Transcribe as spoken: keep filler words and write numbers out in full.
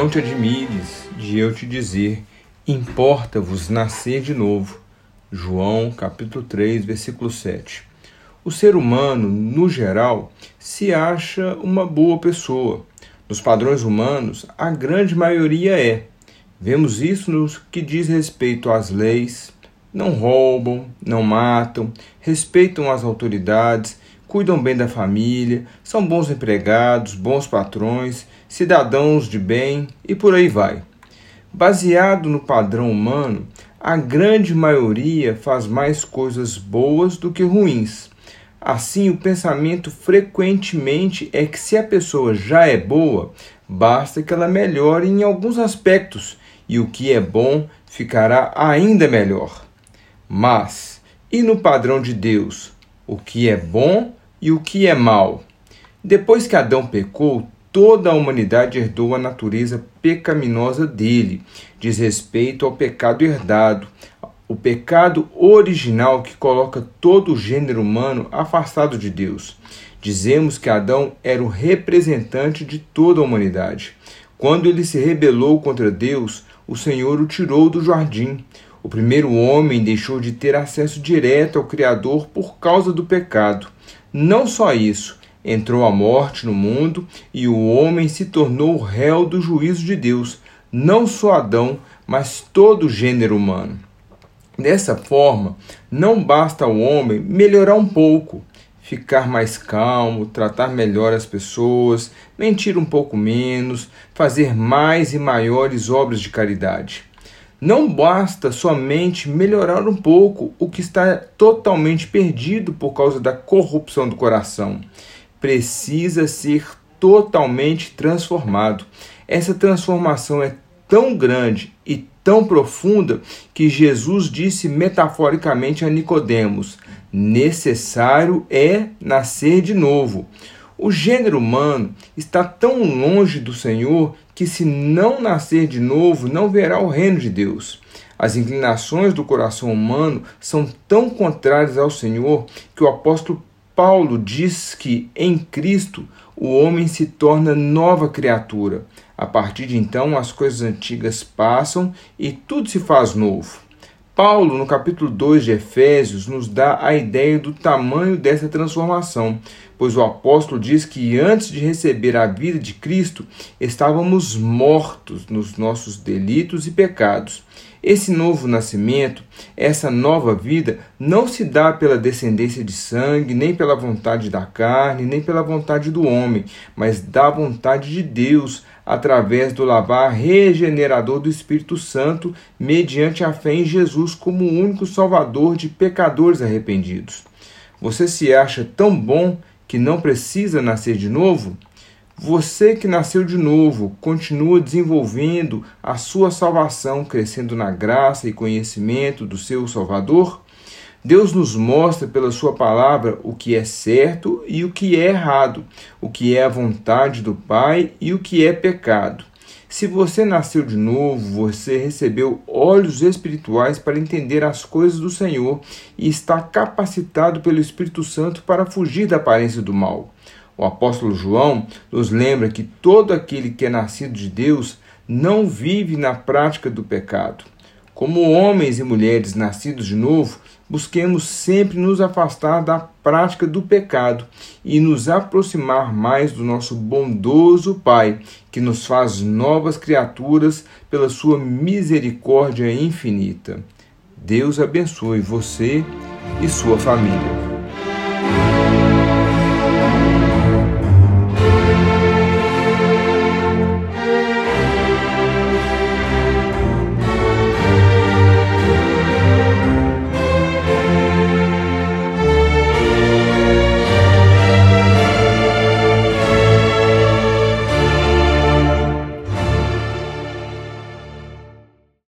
Não te admires de eu te dizer, importa-vos nascer de novo. João, capítulo três, versículo sete. O ser humano, no geral, se acha uma boa pessoa. Nos padrões humanos, a grande maioria é. Vemos isso no que diz respeito às leis. Não roubam, não matam, respeitam as autoridades, cuidam bem da família, são bons empregados, bons patrões, cidadãos de bem e por aí vai. Baseado no padrão humano, a grande maioria faz mais coisas boas do que ruins. Assim, o pensamento frequentemente é que se a pessoa já é boa, basta que ela melhore em alguns aspectos e o que é bom ficará ainda melhor. Mas, e no padrão de Deus, o que é bom e o que é mal? Depois que Adão pecou, toda a humanidade herdou a natureza pecaminosa dele, diz respeito ao pecado herdado, o pecado original que coloca todo o gênero humano afastado de Deus. Dizemos que Adão era o representante de toda a humanidade. Quando ele se rebelou contra Deus, o Senhor o tirou do jardim. O primeiro homem deixou de ter acesso direto ao Criador por causa do pecado. Não só isso, entrou a morte no mundo e o homem se tornou o réu do juízo de Deus, não só Adão, mas todo o gênero humano. Dessa forma, não basta ao homem melhorar um pouco, ficar mais calmo, tratar melhor as pessoas, mentir um pouco menos, fazer mais e maiores obras de caridade. Não basta somente melhorar um pouco o que está totalmente perdido por causa da corrupção do coração. Precisa ser totalmente transformado. Essa transformação é tão grande e tão profunda que Jesus disse metaforicamente a Nicodemos: necessário é nascer de novo. O gênero humano está tão longe do Senhor que, se não nascer de novo, não verá o reino de Deus. As inclinações do coração humano são tão contrárias ao Senhor que o apóstolo Paulo diz que, em Cristo, o homem se torna nova criatura. A partir de então, as coisas antigas passam e tudo se faz novo. Paulo, no capítulo dois de Efésios, nos dá a ideia do tamanho dessa transformação, pois o apóstolo diz que antes de receber a vida de Cristo, estávamos mortos nos nossos delitos e pecados. Esse novo nascimento, essa nova vida, não se dá pela descendência de sangue, nem pela vontade da carne, nem pela vontade do homem, mas da vontade de Deus, através do lavar regenerador do Espírito Santo, mediante a fé em Jesus como o único Salvador de pecadores arrependidos. Você se acha tão bom que não precisa nascer de novo? Você que nasceu de novo, continua desenvolvendo a sua salvação, crescendo na graça e conhecimento do seu Salvador? Deus nos mostra pela sua palavra o que é certo e o que é errado, o que é a vontade do Pai e o que é pecado. Se você nasceu de novo, você recebeu olhos espirituais para entender as coisas do Senhor e está capacitado pelo Espírito Santo para fugir da aparência do mal. O apóstolo João nos lembra que todo aquele que é nascido de Deus não vive na prática do pecado. Como homens e mulheres nascidos de novo, busquemos sempre nos afastar da prática do pecado e nos aproximar mais do nosso bondoso Pai, que nos faz novas criaturas pela sua misericórdia infinita. Deus abençoe você e sua família.